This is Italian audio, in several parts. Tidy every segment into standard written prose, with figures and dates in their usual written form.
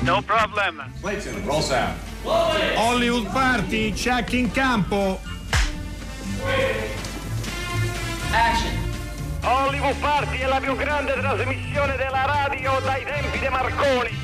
No problem. Clayton, roll sound. Hollywood Party, check in campo. Action. Hollywood Party è la più grande trasmissione della radio dai tempi di Marconi.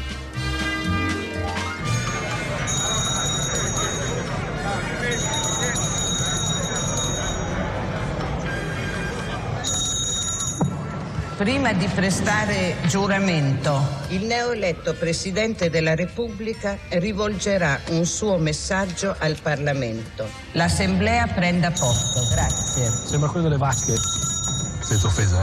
Prima di prestare giuramento, il neoeletto Presidente della Repubblica rivolgerà un suo messaggio al Parlamento. L'Assemblea prenda posto. Grazie. Sembra quello delle vacche. Senza offesa,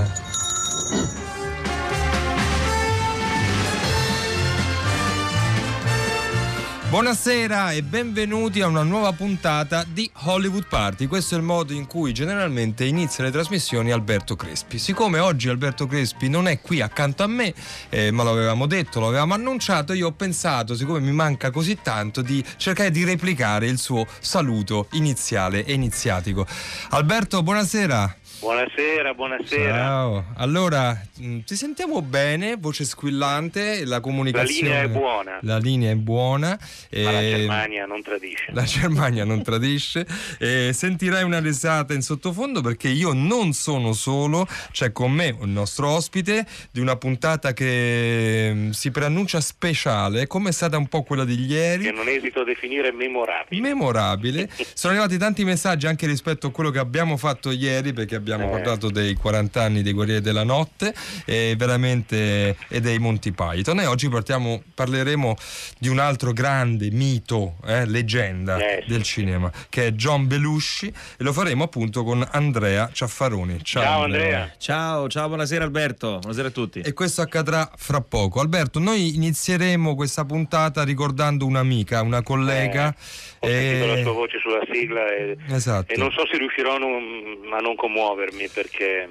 Buonasera e benvenuti a una nuova puntata di Hollywood Party. Questo è il modo in cui generalmente inizia le trasmissioni Alberto Crespi. Siccome oggi Alberto Crespi non è qui accanto a me, ma lo avevamo detto, lo avevamo annunciato, io ho pensato, siccome mi manca così tanto, di cercare di replicare il suo saluto iniziale e iniziatico. Alberto, buonasera. Buonasera. Ciao. Allora, ti sentiamo bene, voce squillante, la comunicazione. La linea è buona. Ma la Germania non tradisce. La Germania non tradisce. Sentirai una risata in sottofondo perché io non sono solo, c'è con me il nostro ospite di una puntata che si preannuncia speciale, come è stata un po' quella di ieri. Che non esito a definire memorabile. Sono arrivati tanti messaggi anche rispetto a quello che abbiamo fatto ieri, perché abbiamo parlato dei 40 anni dei Guerrieri della Notte e dei Monty Python, e oggi parleremo di un altro grande mito, leggenda del cinema, che è John Belushi, e lo faremo appunto con Andrea Ciaffaroni. Ciao Andrea. Ciao, buonasera Alberto, buonasera a tutti. E questo accadrà fra poco. Alberto, noi inizieremo questa puntata ricordando un'amica, una collega. Ho sentito la sua voce sulla sigla esatto. E non so se riuscirò a non commuovermi perché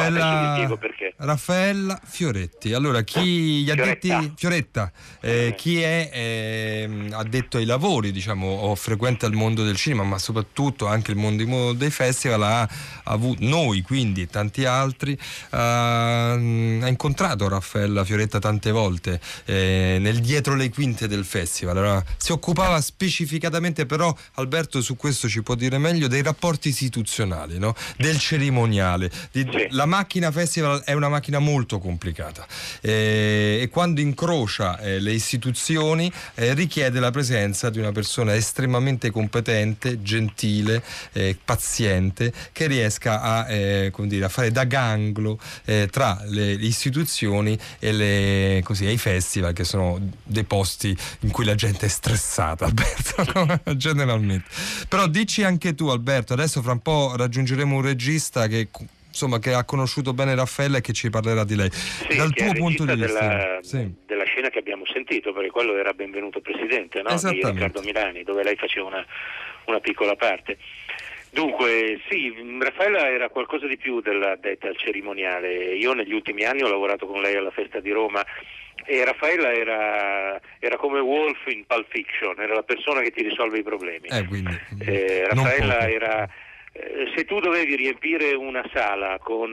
Raffaella Fioretti. Allora, chi gli addetti Fioretta, chi è addetto ai lavori, diciamo, o frequenta il mondo del cinema, ma soprattutto anche il mondo dei festival, ha avuto, noi quindi tanti altri, ha incontrato Raffaella Fioretta tante volte nel dietro le quinte del festival. Allora, si occupava specificatamente, però Alberto su questo ci può dire meglio, dei rapporti istituzionali, no? Del cerimoniale. La macchina festival è una macchina molto complicata e quando incrocia le istituzioni richiede la presenza di una persona estremamente competente, gentile, paziente, che riesca a fare da ganglo tra le istituzioni e i festival, che sono dei posti in cui la gente è stressata, Alberto, generalmente. Però dici anche tu, Alberto, adesso fra un po' raggiungeremo un regista che ha conosciuto bene Raffaella e che ci parlerà di lei. Sì, dal tuo punto di vista della scena che abbiamo sentito, perché quello era Benvenuto Presidente, no? Di Riccardo Milani, dove lei faceva una piccola parte. Dunque, sì, Raffaella era qualcosa di più dell'addetta al cerimoniale. Io negli ultimi anni ho lavorato con lei alla Festa di Roma e Raffaella era come Wolf in Pulp Fiction, era la persona che ti risolve i problemi. Raffaella era... se tu dovevi riempire una sala con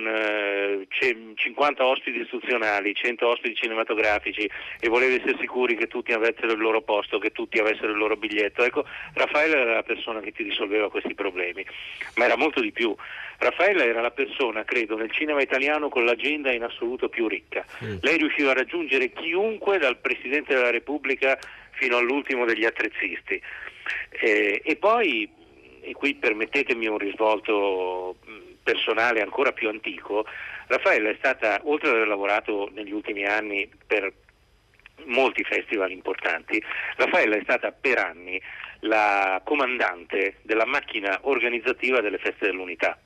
50 ospiti istituzionali, 100 ospiti cinematografici e volevi essere sicuri che tutti avessero il loro posto, che tutti avessero il loro biglietto, ecco, Raffaella era la persona che ti risolveva questi problemi, ma era molto di più. Raffaella era la persona, credo, nel cinema italiano con l'agenda in assoluto più ricca. Lei riusciva a raggiungere chiunque, dal Presidente della Repubblica fino all'ultimo degli attrezzisti, e poi, e qui permettetemi un risvolto personale ancora più antico, Raffaella è stata, oltre ad aver lavorato negli ultimi anni per molti festival importanti, Raffaella è stata per anni la comandante della macchina organizzativa delle Feste dell'Unità.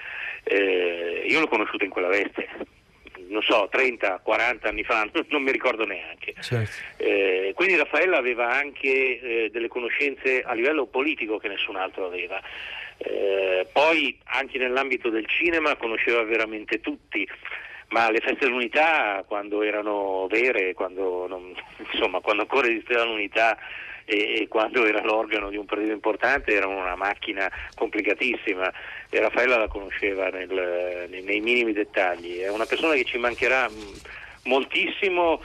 Io l'ho conosciuta in quella veste, non so, 30, 40 anni fa, non mi ricordo neanche. Certo. Quindi Raffaella aveva anche delle conoscenze a livello politico che nessun altro aveva. Poi anche nell'ambito del cinema conosceva veramente tutti, ma le Feste dell'Unità, quando erano vere, quando ancora esisteva l'unità e quando era l'organo di un partito importante, erano una macchina complicatissima, e Raffaella la conosceva nei minimi dettagli. È una persona che ci mancherà moltissimo,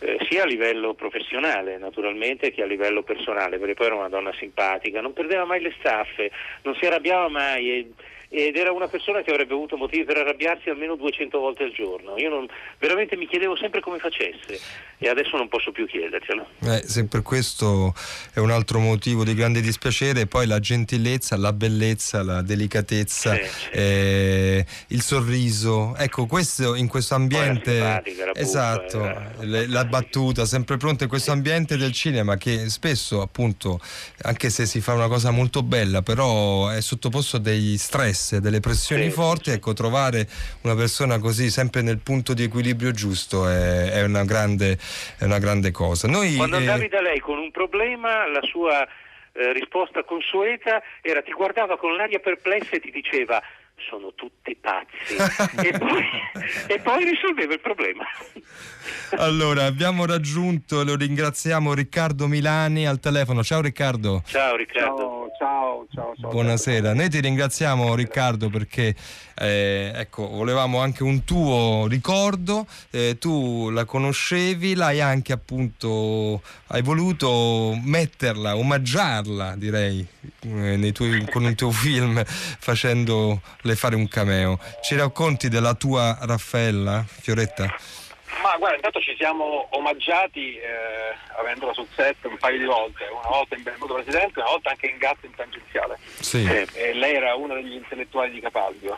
sia a livello professionale naturalmente che a livello personale, perché poi era una donna simpatica, non perdeva mai le staffe, non si arrabbiava mai ed era una persona che avrebbe avuto motivi per arrabbiarsi almeno 200 volte al giorno. Io veramente mi chiedevo sempre come facesse e adesso non posso più chiedercelo. Sempre questo è un altro motivo di grande dispiacere. Poi la gentilezza, la bellezza, la delicatezza, il sorriso, ecco, questo in questo ambiente era esatto, buffa, la battuta sempre pronta in questo ambiente del cinema che spesso, appunto, anche se si fa una cosa molto bella, però è sottoposto a degli stress, delle pressioni forti. Ecco, trovare una persona così sempre nel punto di equilibrio giusto è una grande cosa. Quando andavi da lei con un problema, la sua risposta consueta era: ti guardava con l'aria perplessa e ti diceva sono tutti pazzi e poi risolveva il problema. Allora, abbiamo raggiunto, lo ringraziamo, Riccardo Milani al telefono. Ciao Riccardo. Ciao Riccardo. Ciao. Buonasera. Noi ti ringraziamo, Riccardo, perché ecco, volevamo anche un tuo ricordo. Tu la conoscevi, l'hai anche, appunto, hai voluto metterla, omaggiarla, direi, con un tuo film, facendole fare un cameo. Ci racconti della tua Raffaella, Fioretta? Ma guarda, intanto ci siamo omaggiati avendola sul set un paio di volte, una volta in Benvenuto Presidente, una volta anche in Gatto in Tangenziale. Sì. Lei era uno degli intellettuali di Capalbio.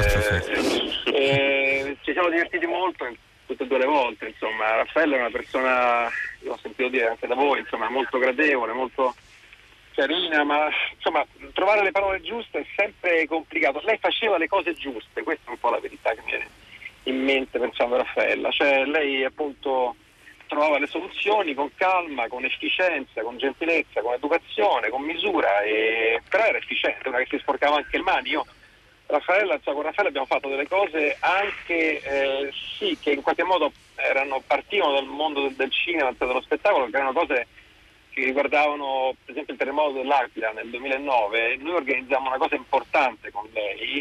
Ci siamo divertiti molto tutte e due le volte, insomma. Raffaella è una persona, io l'ho sentito dire anche da voi, insomma, molto gradevole, molto carina, ma insomma trovare le parole giuste è sempre complicato. Lei faceva le cose giuste, questa è un po' la verità che mi viene in mente pensando a Raffaella, cioè lei appunto trovava le soluzioni con calma, con efficienza, con gentilezza, con educazione, con misura, però era efficiente, una che si sporcava anche le mani. Con Raffaella abbiamo fatto delle cose anche sì, che in qualche modo partivano dal mondo del cinema, dello spettacolo, che erano cose che riguardavano per esempio il terremoto dell'Aquila nel 2009. Noi organizzammo una cosa importante con lei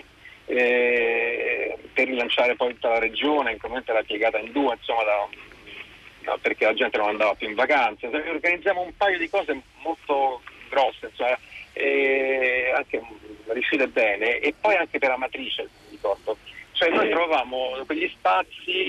per rilanciare poi tutta la regione, incrementa la piegata in due, insomma, perché la gente non andava più in vacanza. Organizziamo un paio di cose molto grosse, cioè, anche riuscite bene, e poi anche per Amatrice, mi ricordo. Cioè noi trovavamo quegli spazi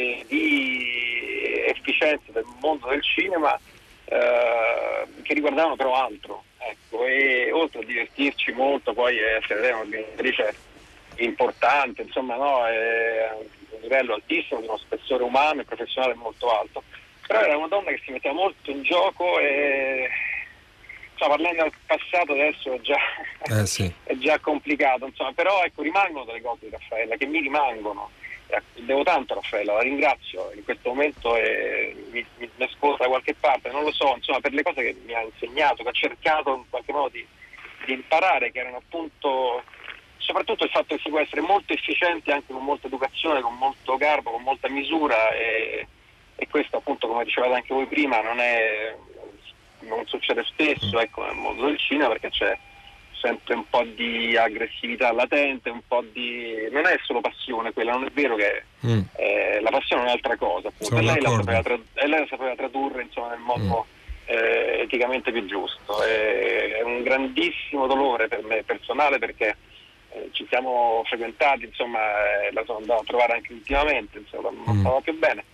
di efficienza del mondo del cinema che riguardavano però altro, ecco, e oltre a divertirci molto, poi essere un'organizzatrice importante, insomma, no, è un livello altissimo, di uno spessore umano e professionale molto alto, però era una donna che si metteva molto in gioco e parlando del passato adesso è già complicato, insomma, però ecco, rimangono delle cose di Raffaella che mi rimangono. Devo tanto a Raffaella, la ringrazio in questo momento e mi ascolta da qualche parte, non lo so, insomma, per le cose che mi ha insegnato, che ha cercato in qualche modo di imparare, che erano appunto soprattutto il fatto che si può essere molto efficienti anche con molta educazione, con molto garbo, con molta misura, e questo appunto, come dicevate anche voi prima, non succede spesso, ecco, nel mondo del cinema, perché c'è sempre un po' di aggressività latente, un po' di... non è solo passione quella, non è vero che la passione è un'altra cosa, appunto. Lei la sapeva tradurre, insomma, nel modo eticamente più giusto. È un grandissimo dolore per me personale, perché ci siamo frequentati, insomma, la sono andato a trovare anche ultimamente, insomma, non stava più bene.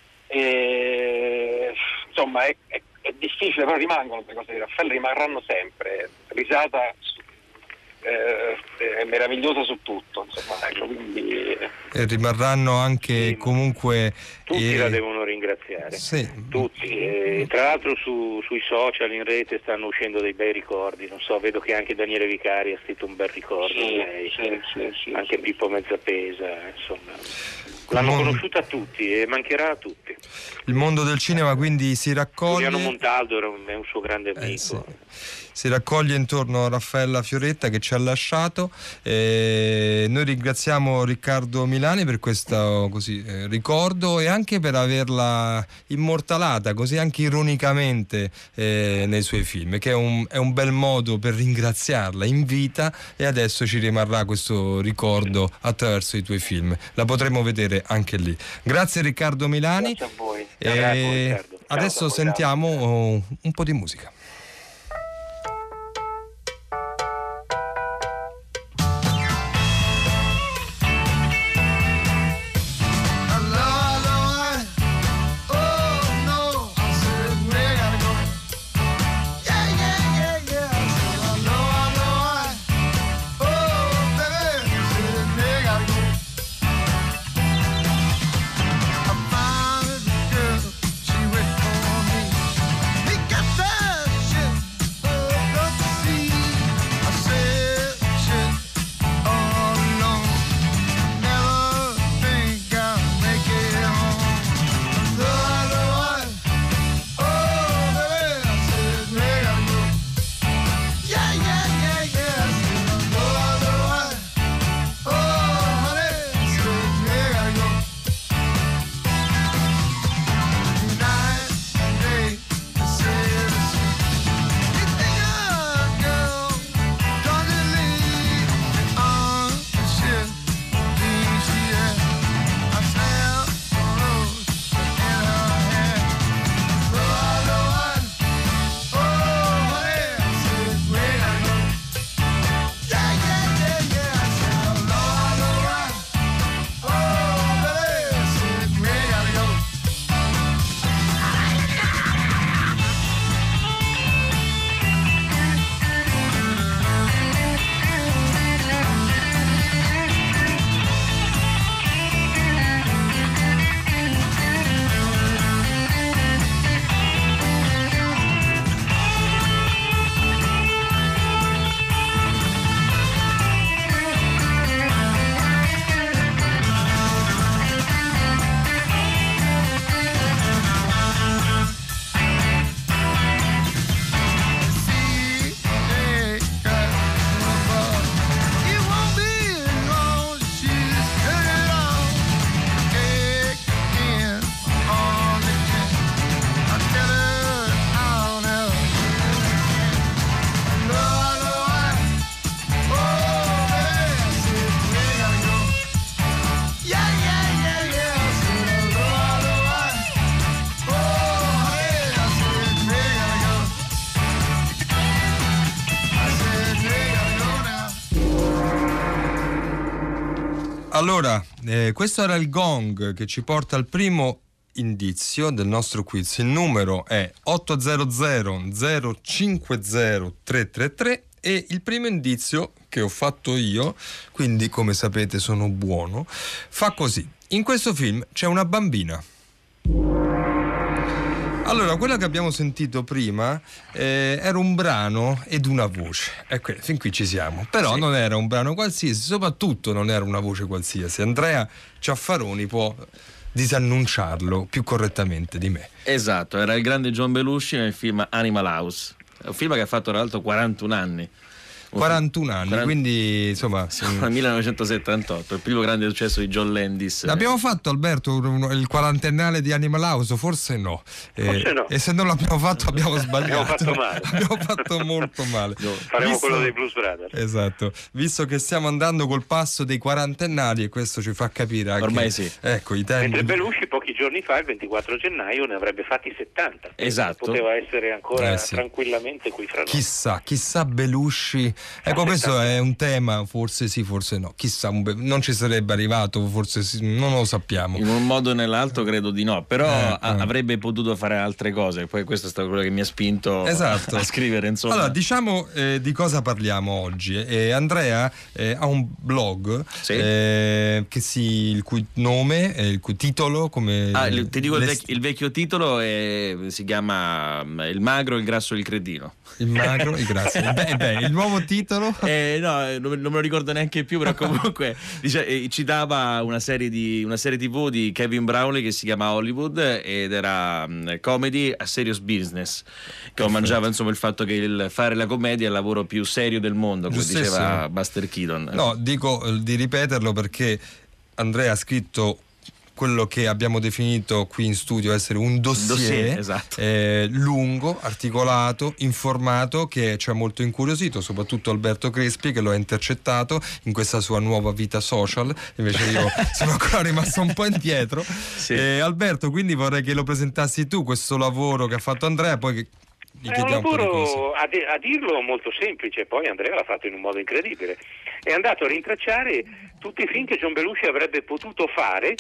Insomma, è difficile, però rimangono le cose di Raffaella, rimarranno sempre. Risata è meravigliosa su tutto, insomma, ecco, quindi... E rimarranno anche comunque... Tutti la devono ringraziare, tutti. Tra l'altro sui social, in rete, stanno uscendo dei bei ricordi, non so, vedo che anche Daniele Vicari ha scritto un bel ricordo di lei, anche Pippo Mezzapesa, insomma... L'hanno conosciuta a tutti e mancherà a tutti. Il mondo del cinema quindi si raccoglie. Giuliano Montaldo è un suo grande amico. Si raccoglie intorno a Raffaella Fioretta, che ci ha lasciato. Noi ringraziamo Riccardo Milani per questo ricordo, e anche per averla immortalata così anche ironicamente nei suoi film, che è un bel modo per ringraziarla in vita, e adesso ci rimarrà questo ricordo attraverso i tuoi film. La potremo vedere possibile anche lì. Grazie Riccardo Milani. Grazie a voi. Riccardo. Adesso sentiamo un po' di musica. Allora, questo era il gong che ci porta al primo indizio del nostro quiz. Il numero è 800 050 333 e il primo indizio che ho fatto io, quindi come sapete sono buono, fa così. In questo film c'è una bambina. Allora, quello che abbiamo sentito prima era un brano ed una voce. Ecco, fin qui ci siamo. Però non era un brano qualsiasi, soprattutto non era una voce qualsiasi. Andrea Ciaffaroni può disannunciarlo più correttamente di me. Esatto, era il grande John Belushi nel film Animal House. È un film che ha fatto tra l'altro 41 anni. 41 anni, quindi insomma siamo nel 1978, il primo grande successo di John Landis. L'abbiamo fatto, Alberto, il quarantennale di Animal House? Forse no. Forse no. E se non l'abbiamo fatto abbiamo sbagliato. Abbiamo fatto male. Abbiamo fatto molto male. No, faremo quello dei Blues Brothers. Esatto, visto che stiamo andando col passo dei quarantennali, e questo ci fa capire anche, ormai sì. Ecco, i tempi. Mentre Belushi pochi giorni fa, il 24 gennaio, ne avrebbe fatti 70. Esatto. Poteva essere ancora tranquillamente qui fra noi. Chissà Belushi. Ecco, questo è un tema, forse sì, forse no. Chissà, non ci sarebbe arrivato, forse sì, non lo sappiamo. In un modo o nell'altro credo di no, però avrebbe potuto fare altre cose. Poi questo è stato quello che mi ha spinto a scrivere, insomma. Allora, diciamo di cosa parliamo oggi. Andrea ha un blog il cui nome, il cui titolo, come ti dico il vecchio titolo si chiama Il magro, il grasso e il cretino. Il magro, il grasso. Il nuovo titolo? No, non me lo ricordo neanche più, però comunque citava una serie TV di Kevin Brownlee che si chiama Hollywood ed era Comedy a Serious Business, che mangiava insomma il fatto che fare la commedia è il lavoro più serio del mondo, come diceva Buster Keaton. No, dico di ripeterlo perché Andrea ha scritto quello che abbiamo definito qui in studio essere un dossier esatto. Lungo, articolato, informato, che ci ha molto incuriosito, soprattutto Alberto Crespi, che lo ha intercettato in questa sua nuova vita social. Invece io sono ancora rimasto un po' indietro. Sì. Alberto, quindi vorrei che lo presentassi tu, questo lavoro che ha fatto Andrea, poi è un lavoro a dirlo molto semplice, poi Andrea l'ha fatto in un modo incredibile. È andato a rintracciare tutti i film che John Belushi avrebbe potuto fare,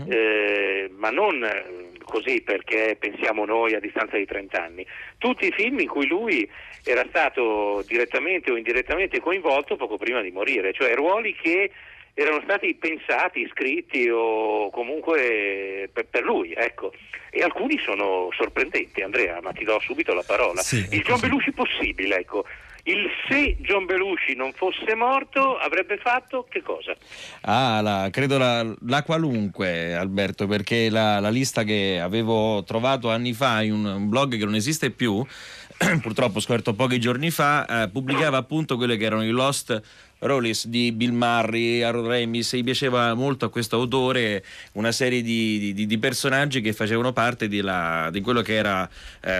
ma non così perché pensiamo noi a distanza di 30 anni. Tutti i film in cui lui era stato direttamente o indirettamente coinvolto poco prima di morire, cioè ruoli che erano stati pensati, scritti o comunque per lui, ecco. E alcuni sono sorprendenti, Andrea, ma ti do subito la parola. Sì, il John Belushi possibile, ecco. Il se John Belushi non fosse morto avrebbe fatto che cosa? Credo la qualunque, Alberto, perché la lista che avevo trovato anni fa in un blog che non esiste più, purtroppo ho scoperto pochi giorni fa, pubblicava appunto quelle che erano i Lost Rollies di Bill Murray, Harold Ramis. Gli piaceva molto a questo autore una serie di personaggi che facevano parte di quello che era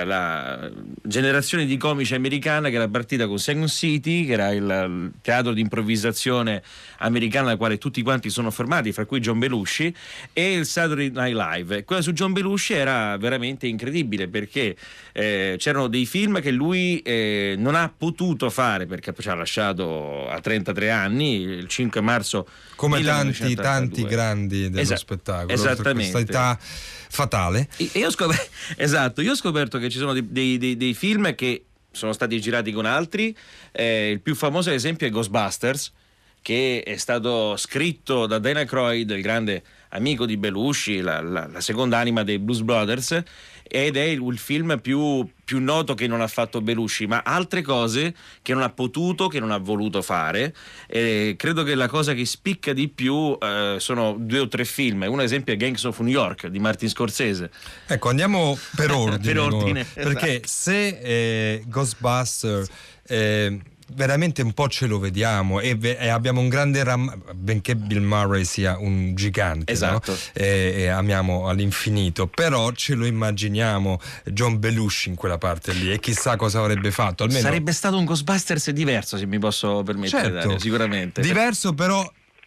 la generazione di comici americana che era partita con Second City, che era il teatro di improvvisazione americano al quale tutti quanti sono formati, fra cui John Belushi, e il Saturday Night Live. Quella su John Belushi era veramente incredibile, perché c'erano dei film che lui non ha potuto fare perché ci ha lasciato a 33 anni, il 5 marzo come 1982. tanti grandi dello spettacolo, esattamente, questa età fatale. Io ho scoperto che ci sono dei film che sono stati girati con altri. Il più famoso ad esempio è Ghostbusters, che è stato scritto da Dan Aykroyd, il grande amico di Belushi, la seconda anima dei Blues Brothers, ed è il film più noto che non ha fatto Belushi, ma altre cose che non ha potuto, che non ha voluto fare. Credo che la cosa che spicca di più sono 2 o 3 film. Uno ad esempio è Gangs of New York di Martin Scorsese. Ecco, andiamo per ordine, per ordine, perché se Ghostbusters veramente un po' ce lo vediamo e abbiamo un grande benché Bill Murray sia un gigante, esatto, no? E amiamo all'infinito, però ce lo immaginiamo John Belushi in quella parte lì, e chissà cosa avrebbe fatto. Almeno sarebbe stato un Ghostbusters diverso, se mi posso permettere, certo, Dario, sicuramente diverso, però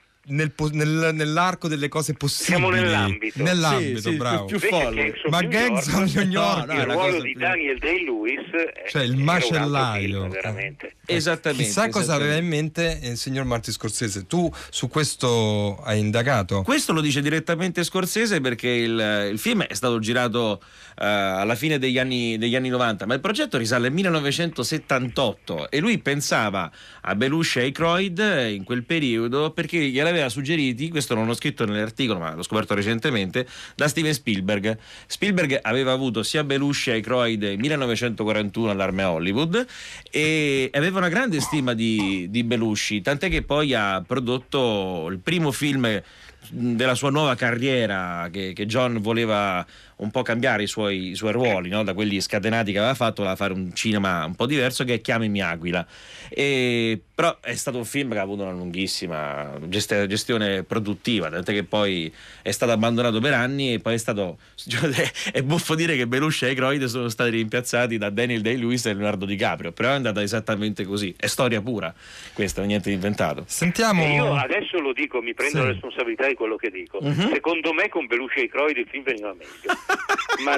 nell'arco delle cose possibili. Siamo nell'ambito, sì, più bravo. folle. Ma Gangs of New York, il ruolo di Daniel Day-Lewis, cioè il macellaio, veramente. Esattamente. Chissà cosa aveva in mente il signor Martin Scorsese. Tu su questo hai indagato? Questo lo dice direttamente Scorsese, perché il film è stato girato alla fine degli anni 90, ma il progetto risale al 1978 e lui pensava a Belushi e Aykroyd in quel periodo perché gliel'aveva suggeriti, questo non l'ho scritto nell'articolo ma l'ho scoperto recentemente, da Steven Spielberg. Spielberg aveva avuto sia Belushi e Aykroyd nel 1941 all'Arme Hollywood e aveva una grande stima di Belushi, tant'è che poi ha prodotto il primo film della sua nuova carriera che John voleva un po' cambiare i suoi ruoli, no? Da quelli scatenati che aveva fatto, voleva fare un cinema un po' diverso, che è Chiamami Aquila. Però è stato un film che ha avuto una lunghissima gestione produttiva, tant'è che poi è stato abbandonato per anni e poi è stato, è buffo dire che Belushi e Aykroyd sono stati rimpiazzati da Daniel Day-Lewis e Leonardo DiCaprio, però è andata esattamente così, è storia pura questa, non è niente di inventato. Sentiamo. E io adesso lo dico, mi prendo la responsabilità di quello che dico. Secondo me con Belushi e Aykroyd il film veniva meglio. Ma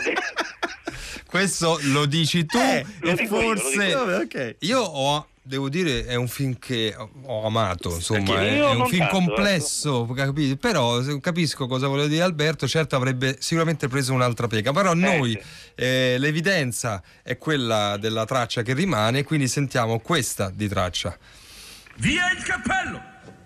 questo lo dici tu e forse io devo dire è un film che ho amato, insomma è un film tanto, complesso, capito? Però capisco cosa vuole dire Alberto, certo avrebbe sicuramente preso un'altra piega, però noi l'evidenza è quella della traccia che rimane, quindi sentiamo questa di traccia. Via il cappello!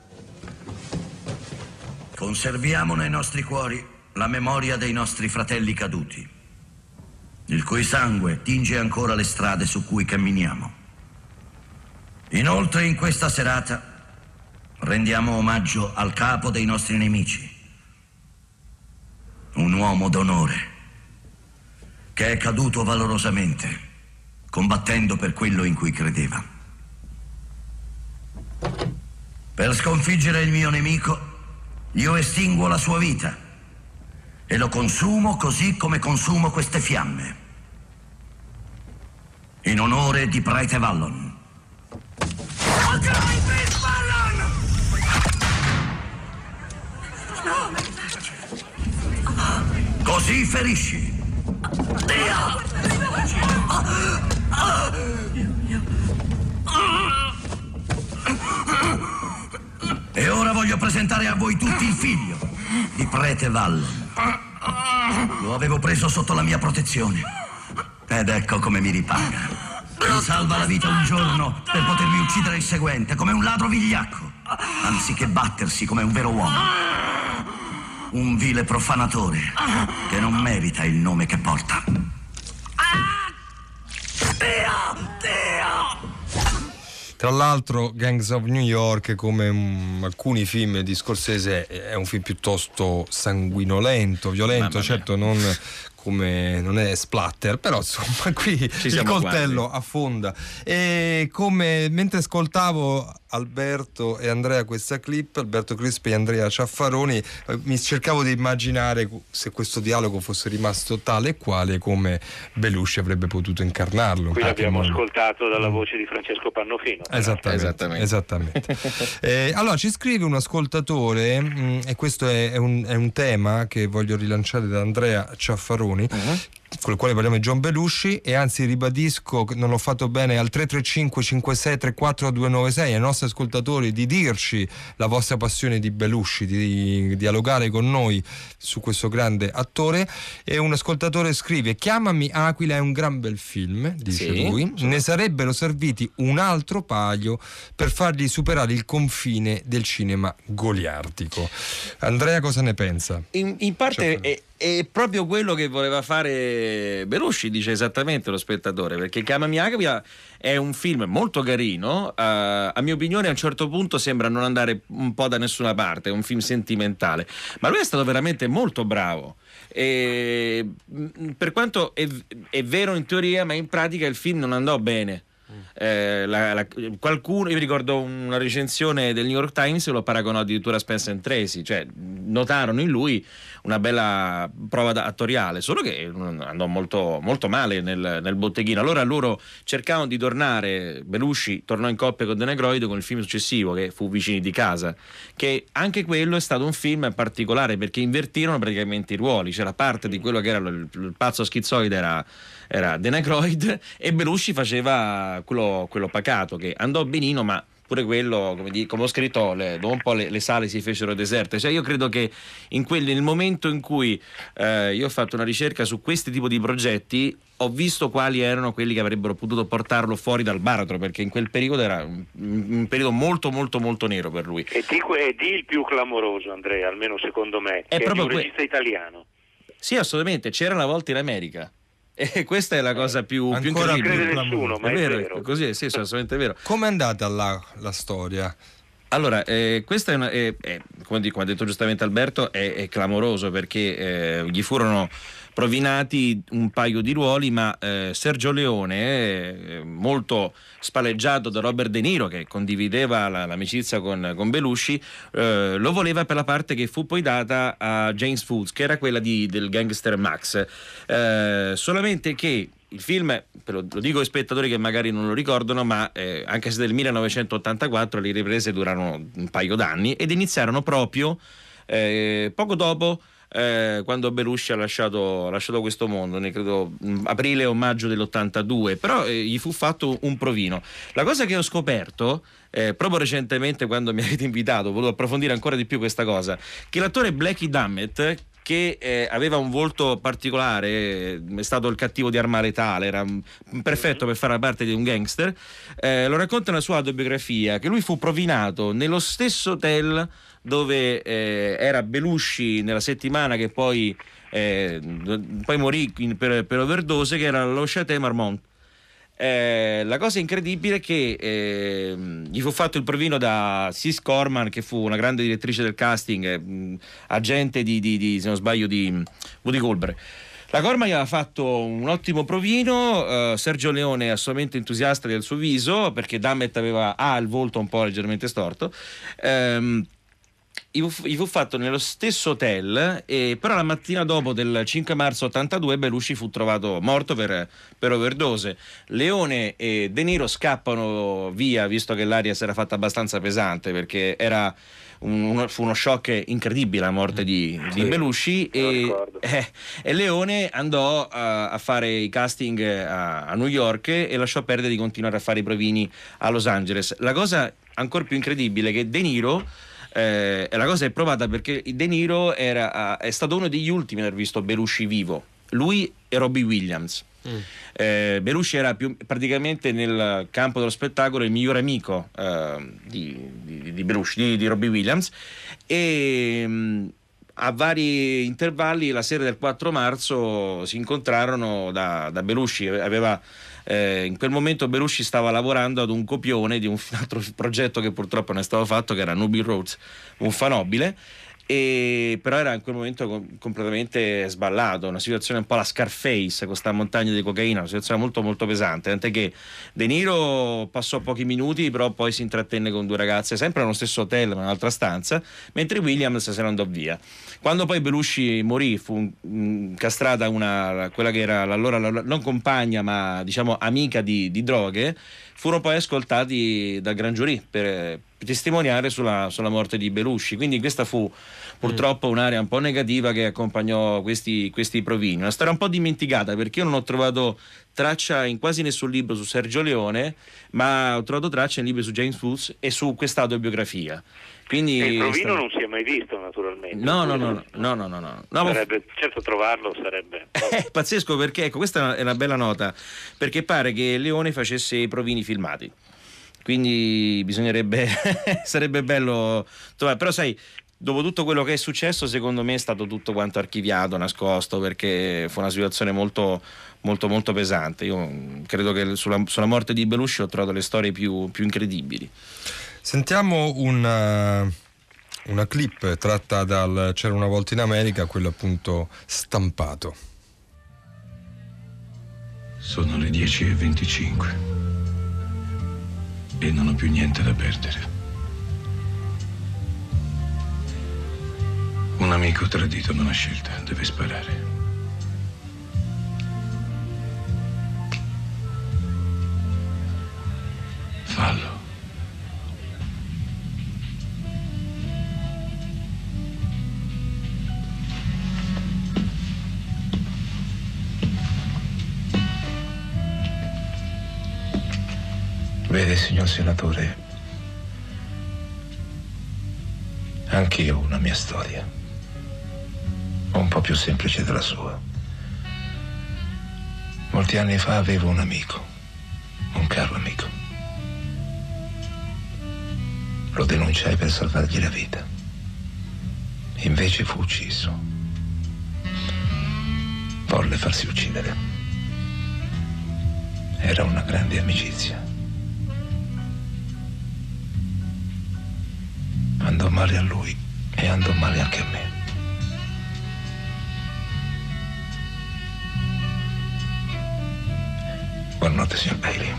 Conserviamo nei nostri cuori la memoria dei nostri fratelli caduti, il cui sangue tinge ancora le strade su cui camminiamo. Inoltre in questa serata rendiamo omaggio al capo dei nostri nemici, un uomo d'onore che è caduto valorosamente, combattendo per quello in cui credeva. Per sconfiggere il mio nemico, io estinguo la sua vita E lo consumo così come consumo queste fiamme. In onore di Prete Vallon. Così ferisci. E ora voglio presentare a voi tutti il figlio di Prete Vallon. Lo avevo preso sotto la mia protezione. Ed ecco come mi ripaga. Mi salva la vita un giorno per potermi uccidere il seguente, come un ladro vigliacco, anziché battersi come un vero uomo. Un vile profanatore che non merita il nome che porta. Tra l'altro Gangs of New York, come alcuni film di Scorsese, è un film piuttosto sanguinolento, violento, certo non è splatter, però insomma qui il coltello quasi affonda. E mentre ascoltavo Alberto e Andrea questa clip, Alberto Crispi e Andrea Ciaffaroni, mi cercavo di immaginare se questo dialogo fosse rimasto tale e quale, come Belushi avrebbe potuto incarnarlo. Qui l'abbiamo ascoltato dalla voce di Francesco Pannofino. Esattamente. Allora ci scrive un ascoltatore, e questo è un tema che voglio rilanciare da Andrea Ciaffaroni, con il quale parliamo di John Belushi, e anzi ribadisco che non l'ho fatto bene al 335 56 34 296 ai nostri ascoltatori di dirci la vostra passione di Belushi, di dialogare con noi su questo grande attore. E un ascoltatore scrive: Chiamami Aquila è un gran bel film, dice lui, ne sarebbero serviti un altro paio per fargli superare il confine del cinema goliardico. Andrea, cosa ne pensa? In parte è proprio quello che voleva fare Belushi, dice esattamente lo spettatore, perché Chiamami Aquila è un film molto carino, a mia opinione a un certo punto sembra non andare un po' da nessuna parte, è un film sentimentale, ma lui è stato veramente molto bravo, e per quanto è vero in teoria, ma in pratica il film non andò bene. Qualcuno, io mi ricordo una recensione del New York Times, lo paragonò addirittura a Spencer Tracy, cioè notarono in lui una bella prova attoriale, solo che andò molto, molto male nel botteghino. Allora loro cercavano di tornare, Belushi tornò in coppia con Dan Aykroyd con il film successivo, che fu Vicini di casa, che anche quello è stato un film particolare perché invertirono praticamente i ruoli, c'era parte di quello che era il pazzo schizoide era Dan Aykroyd, e Belushi faceva quello pacato, che andò benino, ma pure quello, come ho scritto, dopo un po' le sale si fecero deserte. Cioè io credo che nel momento in cui io ho fatto una ricerca su questi tipi di progetti, ho visto quali erano quelli che avrebbero potuto portarlo fuori dal baratro, perché in quel periodo era un periodo molto molto molto nero per lui. E di il più clamoroso, Andrea, almeno secondo me, è proprio un regista italiano. Sì, assolutamente, c'era una volta in America. E questa è la cosa più incredibile. Non crede nessuno, ma è vero. Così, sì, assolutamente vero. Come è andata la storia? Allora, questa come ha detto giustamente Alberto, è clamoroso, perché gli furono provinati un paio di ruoli, ma Sergio Leone, molto spalleggiato da Robert De Niro, che condivideva l'amicizia con Belushi, lo voleva per la parte che fu poi data a James Woods, che era quella del gangster Max, solamente che il film, lo dico ai spettatori che magari non lo ricordano, ma anche se del 1984, le riprese durarono un paio d'anni ed iniziarono proprio poco dopo, quando Belushi ha lasciato questo mondo, ne credo aprile o maggio dell'82, però gli fu fatto un provino. La cosa che ho scoperto proprio recentemente, quando mi avete invitato, volevo approfondire ancora di più questa cosa, che l'attore Blackie Dummett, che aveva un volto particolare, è stato il cattivo di Arma Letale, era perfetto per fare la parte di un gangster, lo racconta nella sua autobiografia, che lui fu provinato nello stesso hotel dove era Belushi nella settimana che poi morì per overdose, che era lo Château Marmont. La cosa incredibile è che gli fu fatto il provino da Sis Corman, che fu una grande direttrice del casting, agente di se non sbaglio di Woody Goldberg. La Corman gli aveva fatto un ottimo provino, Sergio Leone è assolutamente entusiasta del suo viso, perché Dummett aveva il volto un po' leggermente storto. gli fu fatto nello stesso hotel, però la mattina dopo del 5 marzo 82 Belushi fu trovato morto per overdose. Leone e De Niro scappano via, visto che l'aria si era fatta abbastanza pesante, perché fu uno shock incredibile la morte di Belushi, e Leone andò a fare i casting a New York e lasciò perdere di continuare a fare i provini a Los Angeles. La cosa ancora più incredibile è che De Niro, la cosa è provata perché De Niro è stato uno degli ultimi ad aver visto Belushi vivo, lui e Robbie Williams. Belushi era praticamente nel campo dello spettacolo il migliore amico di Belushi, di Robbie Williams, e a vari intervalli la sera del 4 marzo si incontrarono da Belushi. In quel momento Belushi stava lavorando ad un copione di un altro progetto che purtroppo non è stato fatto, che era Ruby Roads, un fanobile, però era in quel momento completamente sballato, una situazione un po' la Scarface, con questa montagna di cocaina, una situazione molto molto pesante, tant'è che De Niro passò pochi minuti, però poi si intrattenne con 2 ragazze sempre nello stesso hotel ma in un'altra stanza, mentre Williams se ne andò via. Quando poi Belushi morì fu castrata quella che era allora non compagna ma diciamo amica di droghe, furono poi ascoltati dal Gran Giurì per testimoniare sulla morte di Belushi. Quindi questa fu purtroppo un'area un po' negativa che accompagnò questi provini. Una storia un po' dimenticata, perché io non ho trovato traccia in quasi nessun libro su Sergio Leone, ma ho trovato traccia in libri su James Woods e su questa autobiografia. Quindi il provino non si è mai visto, naturalmente. No. Sarebbe, certo, trovarlo sarebbe pazzesco, perché ecco, questa è una bella nota, perché pare che Leone facesse i provini filmati, quindi sarebbe bello trovare. Però sai, dopo tutto quello che è successo, secondo me è stato tutto quanto archiviato, nascosto, perché fu una situazione molto molto molto pesante. Io credo che sulla morte di Belushi ho trovato le storie più incredibili. Sentiamo una clip tratta dal C'era una volta in America, quello appunto stampato. Sono le 10:25 e non ho più niente da perdere. Un amico tradito non ha scelta, deve sparare. Fallo. Vede, signor senatore, anch'io ho una mia storia, un po' più semplice della sua. Molti anni fa avevo un amico, un caro amico. Lo denunciai per salvargli la vita. Invece fu ucciso. Volle farsi uccidere. Era una grande amicizia. Andò male a lui e andò male anche a me. Buonanotte, signor Bailey.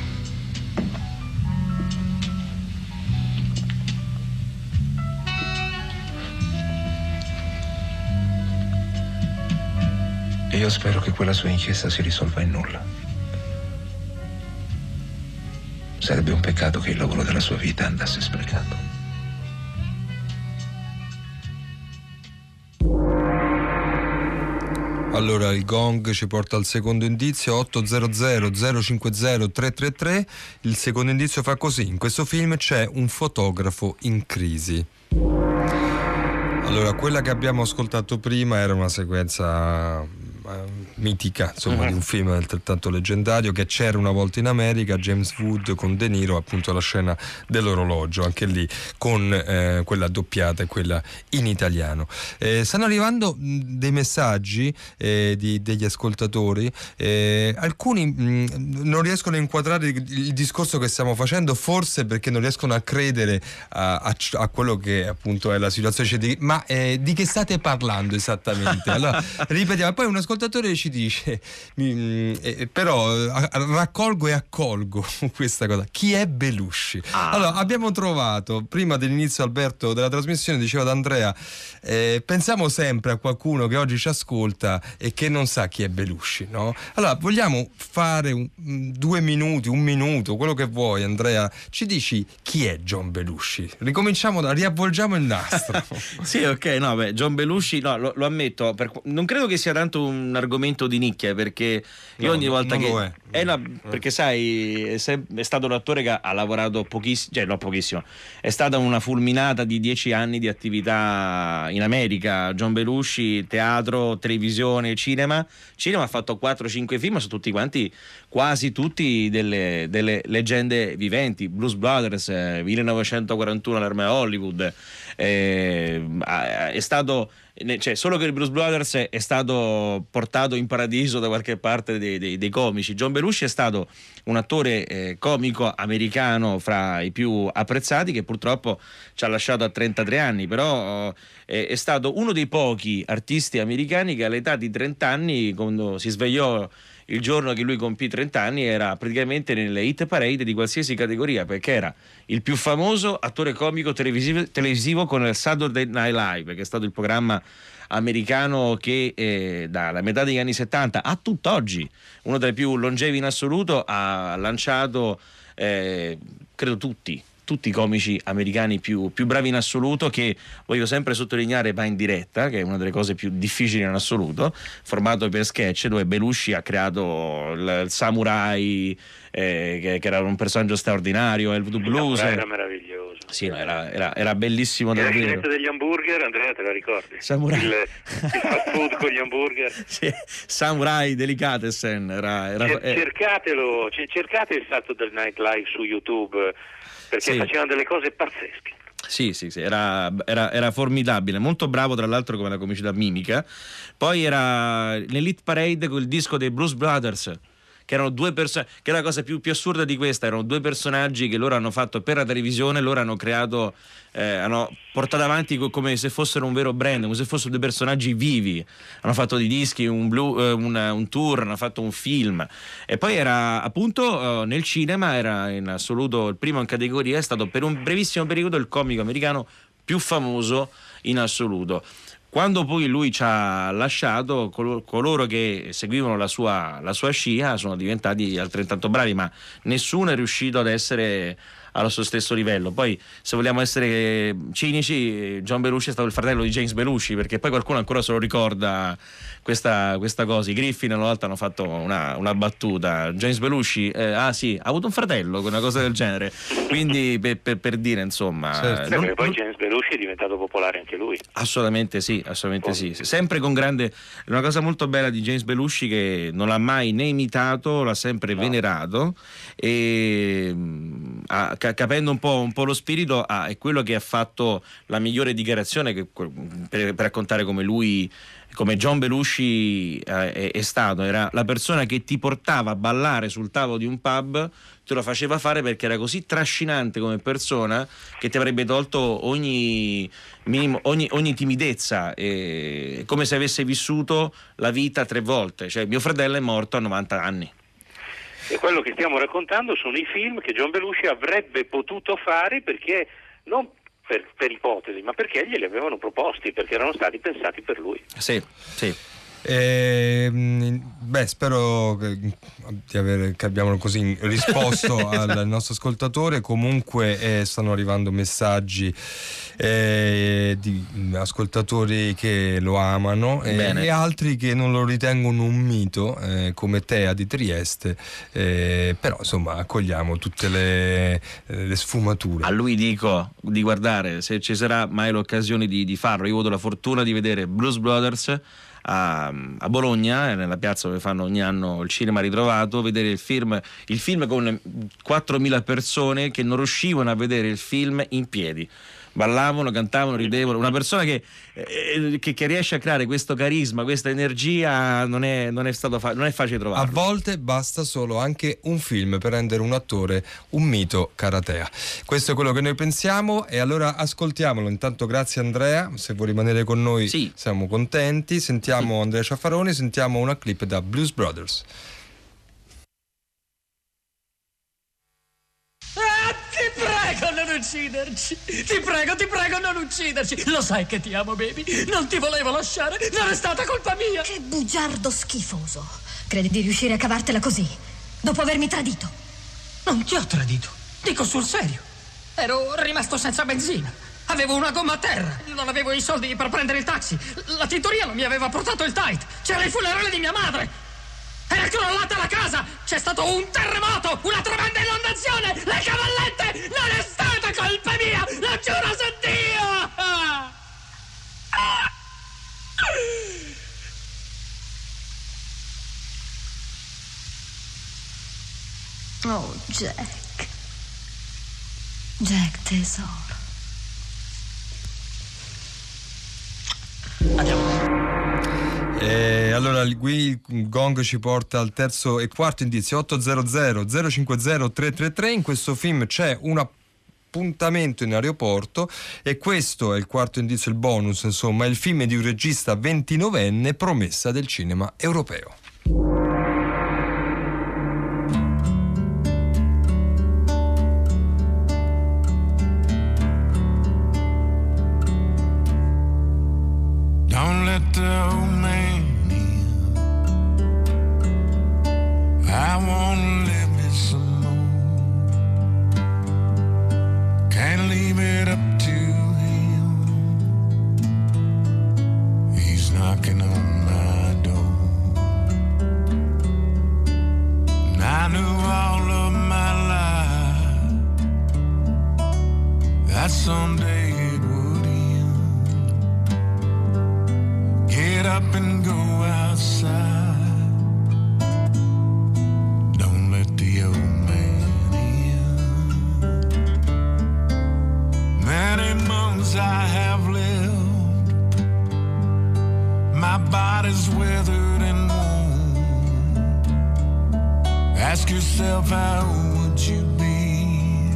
Io spero che quella sua inchiesta si risolva in nulla. Sarebbe un peccato che il lavoro della sua vita andasse sprecato. Allora il gong ci porta al secondo indizio, 800 050 333. Il secondo indizio fa così: in questo film c'è un fotografo in crisi. Allora, quella che abbiamo ascoltato prima era una sequenza mitica, insomma, di un film altrettanto leggendario, che C'era una volta in America, James Wood con De Niro, appunto la scena dell'orologio, anche lì con quella doppiata e quella in italiano. Stanno arrivando dei messaggi degli ascoltatori, alcuni non riescono a inquadrare il discorso che stiamo facendo, forse perché non riescono a credere a quello che appunto è la situazione, ma di che state parlando esattamente? Allora ripetiamo. Poi un ascoltatore ascoltatore ci dice, però raccolgo e accolgo questa cosa. Chi è Belushi? Allora, abbiamo trovato, prima dell'inizio Alberto della trasmissione diceva ad Andrea, pensiamo sempre a qualcuno che oggi ci ascolta e che non sa chi è Belushi, no? Allora, vogliamo fare 2 minuti, 1 minuto, quello che vuoi, Andrea, ci dici chi è John Belushi? Ricominciamo, riavvolgiamo il nastro. Sì, ok, no, beh, John Belushi, no, lo ammetto, non credo che sia tanto un argomento di nicchia, perché io ogni volta che... lo è. Perché sai, è stato un attore che ha lavorato pochissimo, cioè no, pochissimo, è stata una fulminata di 10 anni di attività in America. John Belushi, teatro, televisione, cinema, ha fatto 4-5 film, sono tutti quanti, quasi tutti delle leggende viventi. Blues Brothers, 1941 all'Arma Hollywood, è stato, cioè, solo che il Blues Brothers è stato portato in paradiso da qualche parte dei comici. John Belushi è stato un attore comico americano fra i più apprezzati, che purtroppo ci ha lasciato a 33 anni, però è stato uno dei pochi artisti americani che all'età di 30 anni, quando si svegliò il giorno che lui compì 30 anni, era praticamente nelle hit parade di qualsiasi categoria, perché era il più famoso attore comico televisivo con il Saturday Night Live, che è stato il programma americano che dalla metà degli anni 70 a tutt'oggi, uno dei più longevi in assoluto, ha lanciato credo tutti i comici americani più bravi in assoluto, che voglio sempre sottolineare va in diretta, che è una delle cose più difficili in assoluto, formato per sketch, dove Belushi ha creato il samurai, che era un personaggio straordinario, il voodoo blues. Era meraviglioso. Sì, era bellissimo davvero. davvero. Il cliente degli hamburger, Andrea, te la ricordi? Samurai. Il fast food con gli hamburger. Sì, Samurai Delicatessen. Cercatelo, cercate il Saturday Night Live su YouTube, perché facevano delle cose pazzesche. Sì, era formidabile, molto bravo tra l'altro come la comicità mimica. Poi era nell'Hit Parade con il disco dei Blues Brothers, che erano due personaggi, che la cosa più assurda di questa, erano due personaggi che loro hanno fatto per la televisione, loro hanno creato, hanno portato avanti come se fossero un vero brand, come se fossero dei personaggi vivi, hanno fatto dei dischi, un tour, hanno fatto un film, e poi era appunto nel cinema, era in assoluto il primo in categoria, è stato per un brevissimo periodo il comico americano più famoso in assoluto. Quando poi lui ci ha lasciato, coloro che seguivano la sua scia sono diventati altrettanto bravi, ma nessuno è riuscito ad essere allo suo stesso livello. Poi, se vogliamo essere cinici, John Belushi è stato il fratello di James Belushi, perché poi qualcuno ancora se lo ricorda questa cosa. I Griffin una volta hanno fatto una battuta: James Belushi ha avuto un fratello, una cosa del genere, quindi per dire, insomma, certo. Poi James Belushi è diventato popolare anche lui. Assolutamente sì, sempre con grande. Una cosa molto bella di James Belushi, che non l'ha mai né imitato, l'ha sempre venerato, e capendo un po' lo spirito, è quello che ha fatto la migliore dichiarazione per raccontare come John Belushi è stato. Era la persona che ti portava a ballare sul tavolo di un pub, te lo faceva fare perché era così trascinante come persona che ti avrebbe tolto ogni timidezza, come se avesse vissuto la vita 3 volte. Cioè, mio fratello è morto a 90 anni. E quello che stiamo raccontando sono i film che John Belushi avrebbe potuto fare, perché non per ipotesi, ma perché glieli avevano proposti, perché erano stati pensati per lui. Sì. Spero che abbiamo così risposto al nostro ascoltatore. Comunque stanno arrivando messaggi di ascoltatori che lo amano e altri che non lo ritengono un mito, come Tea di Trieste, però insomma accogliamo tutte le sfumature. A lui dico di guardare, se ci sarà mai l'occasione di farlo. Io ho avuto la fortuna di vedere Blues Brothers a Bologna, nella piazza dove fanno ogni anno il cinema ritrovato, vedere il film con 4.000 persone che non riuscivano a vedere il film in piedi. ballavano, cantavano, ridevano. Una persona che riesce a creare questo carisma, questa energia non è facile trovarlo. A volte basta solo anche un film per rendere un attore un mito karatea. Questo è quello che noi pensiamo, e allora ascoltiamolo. Intanto grazie Andrea, se vuoi rimanere con noi siamo contenti. Sentiamo Andrea Ciaffaroni, sentiamo una clip da Blues Brothers. Ti prego non ucciderci, ti prego non ucciderci. Lo sai che ti amo, baby, non ti volevo lasciare, non è stata colpa mia. Che bugiardo schifoso. Credi di riuscire a cavartela così, dopo avermi tradito? Non ti ho tradito, dico sul serio. Ero rimasto senza benzina, avevo una gomma a terra, non avevo i soldi per prendere il taxi, la tintoria non mi aveva portato il tight, c'era il funerale di mia madre. Era crollata la casa! C'è stato un terremoto! Una tremenda inondazione! Le cavallette! Non è stata colpa mia! Lo giuro su Dio! Oh, Jack. Jack tesoro. Andiamo. Allora qui il gong ci porta al terzo e quarto indizio. 800 050 333. In questo film c'è un appuntamento in aeroporto, e questo è il quarto indizio, il bonus, insomma, è il film di un regista 29enne, promessa del cinema europeo. Don't let the old man in. I wanna live me some more. Can't leave it up to him. He's knocking on my door. And I knew all of my life that someday it would end. Get up and go outside. Don't let the old man in. Many months I have lived. My body's withered and worn. Ask yourself, how would you be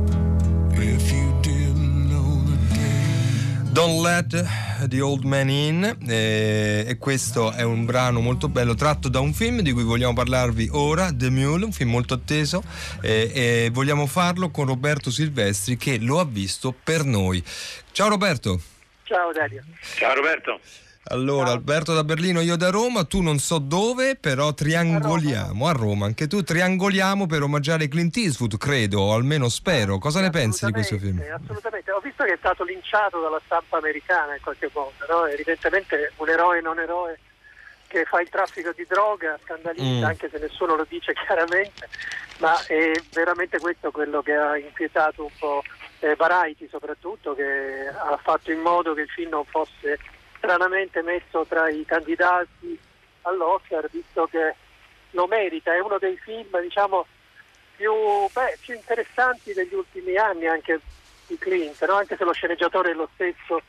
if you didn't know the day? Don't Let the Old Man In, e questo è un brano molto bello tratto da un film di cui vogliamo parlarvi ora, The Mule, un film molto atteso, e vogliamo farlo con Roberto Silvestri, che lo ha visto per noi. Ciao Roberto. Ciao Dario. Ciao Roberto. Allora, Alberto da Berlino, io da Roma, tu non so dove, però triangoliamo a Roma, anche tu triangoliamo per omaggiare Clint Eastwood, credo, o almeno spero. Cosa ne pensi di questo film? Assolutamente, ho visto che è stato linciato dalla stampa americana in qualche modo, no? Evidentemente un eroe non eroe che fa il traffico di droga, scandalizza, anche se nessuno lo dice chiaramente, ma è veramente questo quello che ha inquietato un po' Variety soprattutto, che ha fatto in modo che il film non fosse stranamente messo tra i candidati all'Oscar, visto che lo merita. È uno dei film, diciamo, più interessanti degli ultimi anni, anche di Clint, no? Anche se lo sceneggiatore è lo stesso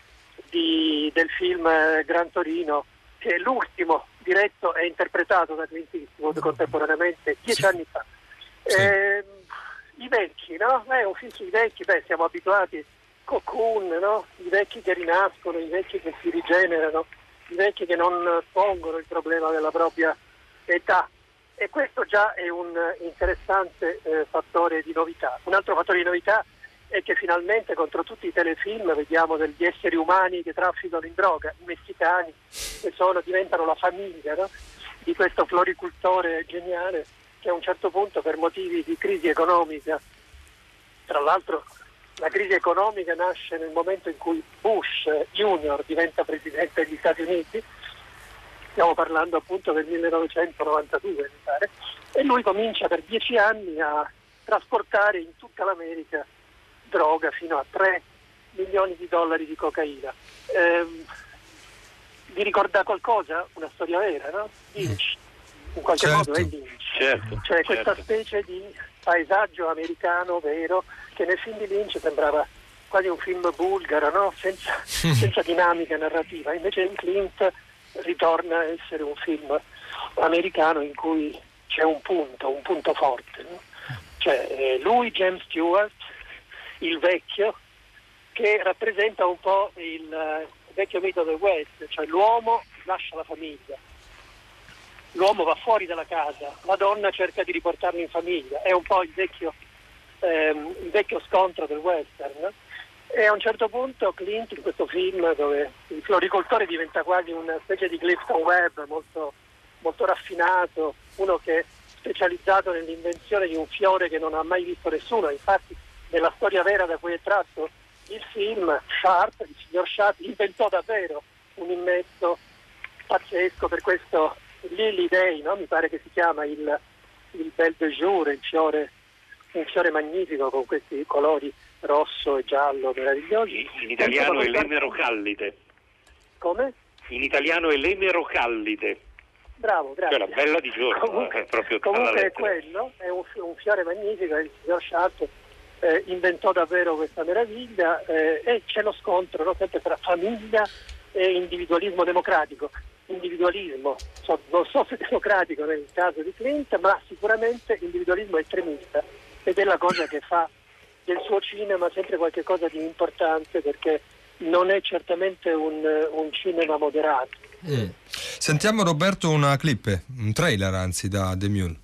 del film Gran Torino, che è l'ultimo diretto e interpretato da Clint Eastwood contemporaneamente 10 anni fa. Sì. I vecchi, no? È un film sui vecchi, siamo abituati. Cocoon, no? I vecchi che rinascono, i vecchi che si rigenerano, i vecchi che non pongono il problema della propria età, e questo già è un interessante fattore di novità. Un altro fattore di novità è che finalmente contro tutti i telefilm vediamo degli esseri umani che trafficano in droga, i messicani che diventano la famiglia, no? Di questo floricultore geniale che a un certo punto, per motivi di crisi economica, tra l'altro la crisi economica nasce nel momento in cui Bush Junior diventa presidente degli Stati Uniti, stiamo parlando appunto del 1992 mi pare, e lui comincia per 10 anni a trasportare in tutta l'America droga fino a $3 milioni di cocaina. Vi ricorda qualcosa? Una storia vera, no? Lynch, in qualche modo è Lynch. Certo, cioè questa specie di paesaggio americano vero che nel film di Lynch sembrava quasi un film bulgaro, no? senza dinamica narrativa. Invece in Clint ritorna a essere un film americano in cui c'è un punto forte, no? Cioè lui, James Stewart, il vecchio, che rappresenta un po' il vecchio mito del West, cioè l'uomo lascia la famiglia, l'uomo va fuori dalla casa, la donna cerca di riportarlo in famiglia, è un po' il vecchio scontro del western. E a un certo punto Clint, in questo film dove il floricoltore diventa quasi una specie di Clifton Webb molto, molto raffinato, uno che è specializzato nell'invenzione di un fiore che non ha mai visto nessuno. Infatti nella storia vera da cui è tratto il film, il signor Sharp inventò davvero un innesto pazzesco per questo Lily Day, no? Mi pare che si chiama il Belle de Jour, un fiore magnifico con questi colori rosso e giallo meravigliosi. In italiano è l'emerocallide. Come? In italiano è l'emerocallide. Bravo, grazie. Cioè la bella di giorno. Comunque è quello, è un fiore magnifico, il signor Sharp inventò davvero questa meraviglia e c'è lo scontro, no? Sempre tra famiglia e individualismo democratico. Individualismo, non so se democratico nel caso di Clint, ma sicuramente individualismo estremista, ed è la cosa che fa del suo cinema sempre qualche cosa di importante, perché non è certamente un cinema moderato. Sentiamo, Roberto, una clip, un trailer anzi, da The Mule.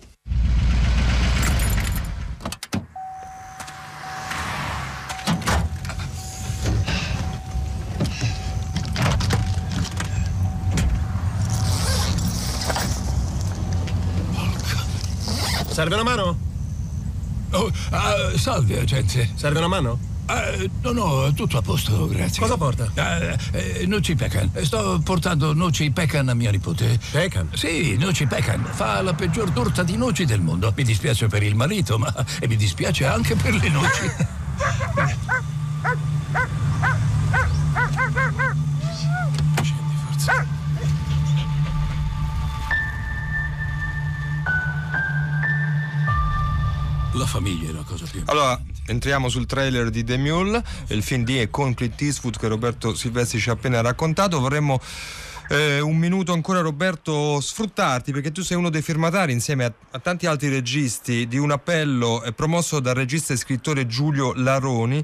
Serve una mano? Salve, agente. Serve una mano? No, tutto a posto, grazie. Cosa porta? Noci pecan. Sto portando noci pecan a mia nipote. Pecan? Sì, noci pecan. Fa la peggior torta di noci del mondo. Mi dispiace per il marito, ma mi dispiace anche per le noci. Scendi, forza. La famiglia è la cosa più importante. Allora, entriamo sul trailer di The Mule, il film di e con Clint Eastwood che Roberto Silvestri ci ha appena raccontato. Vorremmo un minuto ancora, Roberto, sfruttarti, perché tu sei uno dei firmatari insieme a tanti altri registi di un appello promosso dal regista e scrittore Giulio Laroni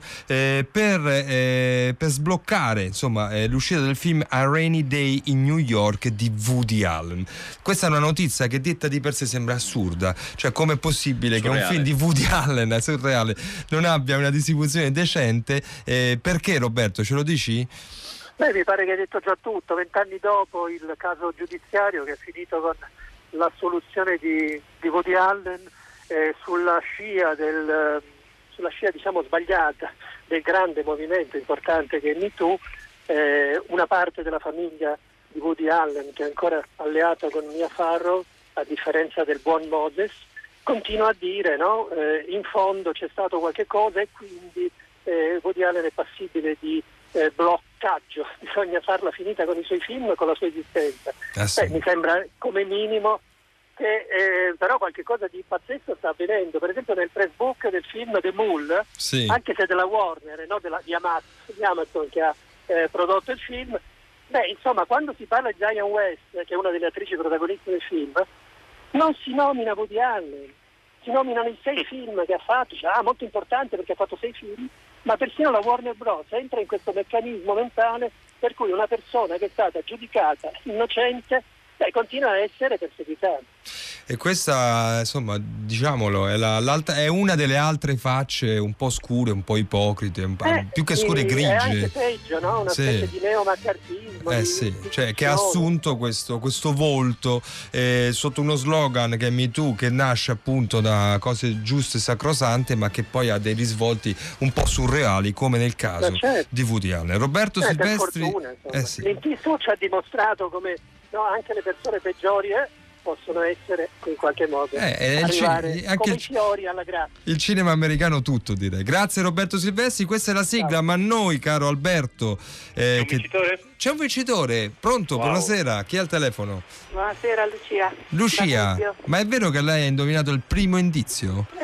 per sbloccare, insomma, l'uscita del film A Rainy Day in New York di Woody Allen. Questa è una notizia che detta di per sé sembra assurda, cioè com'è possibile che un film di Woody Allen, è surreale, non abbia una distribuzione decente? Perché, Roberto, ce lo dici? Beh, mi pare che hai detto già tutto. 20 anni dopo il caso giudiziario che è finito con l'assoluzione di Woody Allen, sulla scia diciamo sbagliata del grande movimento importante che è Me Too, una parte della famiglia di Woody Allen, che è ancora alleata con Mia Farrow, a differenza del buon Moses, continua a dire, no? In fondo c'è stato qualche cosa e quindi Woody Allen è passibile di bloccaggio, bisogna farla finita con i suoi film e con la sua esistenza. Sì. Mi sembra come minimo che però qualche cosa di pazzesco sta avvenendo. Per esempio nel press book del film The Mule, sì, anche se della Warner, no? di Amazon che ha prodotto il film, insomma, quando si parla di Diane West, che è una delle attrici protagoniste del film, non si nomina Woody Allen, si nominano i 6 film che ha fatto, cioè, molto importante perché ha fatto 6 film, ma persino la Warner Bros. Entra in questo meccanismo mentale per cui una persona che è stata giudicata innocente continua a essere perseguitata. E questa, insomma, diciamolo, è una delle altre facce un po' scure, un po' ipocrite, più che scure, grigie. È anche peggio, no? Una specie di neomacartismo. Sì, cioè che ha assunto questo volto sotto uno slogan che è Me Too, che nasce appunto da cose giuste e sacrosante, ma che poi ha dei risvolti un po' surreali, come nel caso di Woody Allen. Roberto Silvestri. Per fortuna, Clint Eastwood ci ha dimostrato come anche le persone peggiori possono essere in qualche modo arrivare anche come i fiori alla grazia. Il cinema americano tutto, direi. Grazie Roberto Silvestri, questa è la sigla, ma noi, caro Alberto, c'è un vincitore, pronto? Wow. Buonasera, chi è al telefono? Buonasera, Lucia, ma è vero che lei ha indovinato il primo indizio? Così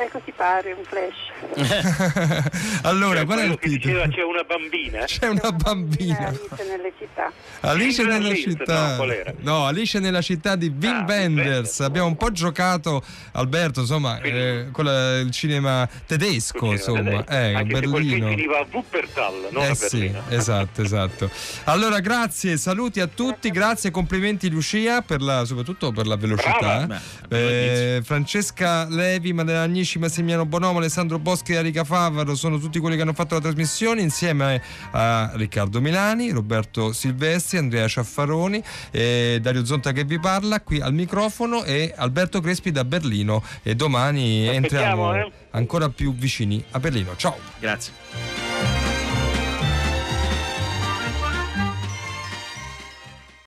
fare un flash. Allora, qual è il titolo? C'è una bambina. C'è una bambina. Alice nelle città. Alice nella Alice, città. no, qual era? No, Alice nella città di Wim Wenders. Abbiamo un po' giocato, Alberto, insomma, con il cinema tedesco, insomma, a Berlino. Finiva a Wuppertal, non a Berlino. Sì, esatto. Allora, grazie, saluti a tutti, grazie, complimenti Lucia soprattutto per la velocità. Francesca Levi, Maddalena Agnici, Massimiliano Bonomo, Alessandro Boschi e Erika Favaro sono tutti quelli che hanno fatto la trasmissione, insieme a Riccardo Milani, Roberto Silvestri, Andrea Ciaffaroni, Dario Zonta che vi parla qui al microfono e Alberto Crespi da Berlino, e domani entriamo ancora più vicini a Berlino. Ciao. Grazie.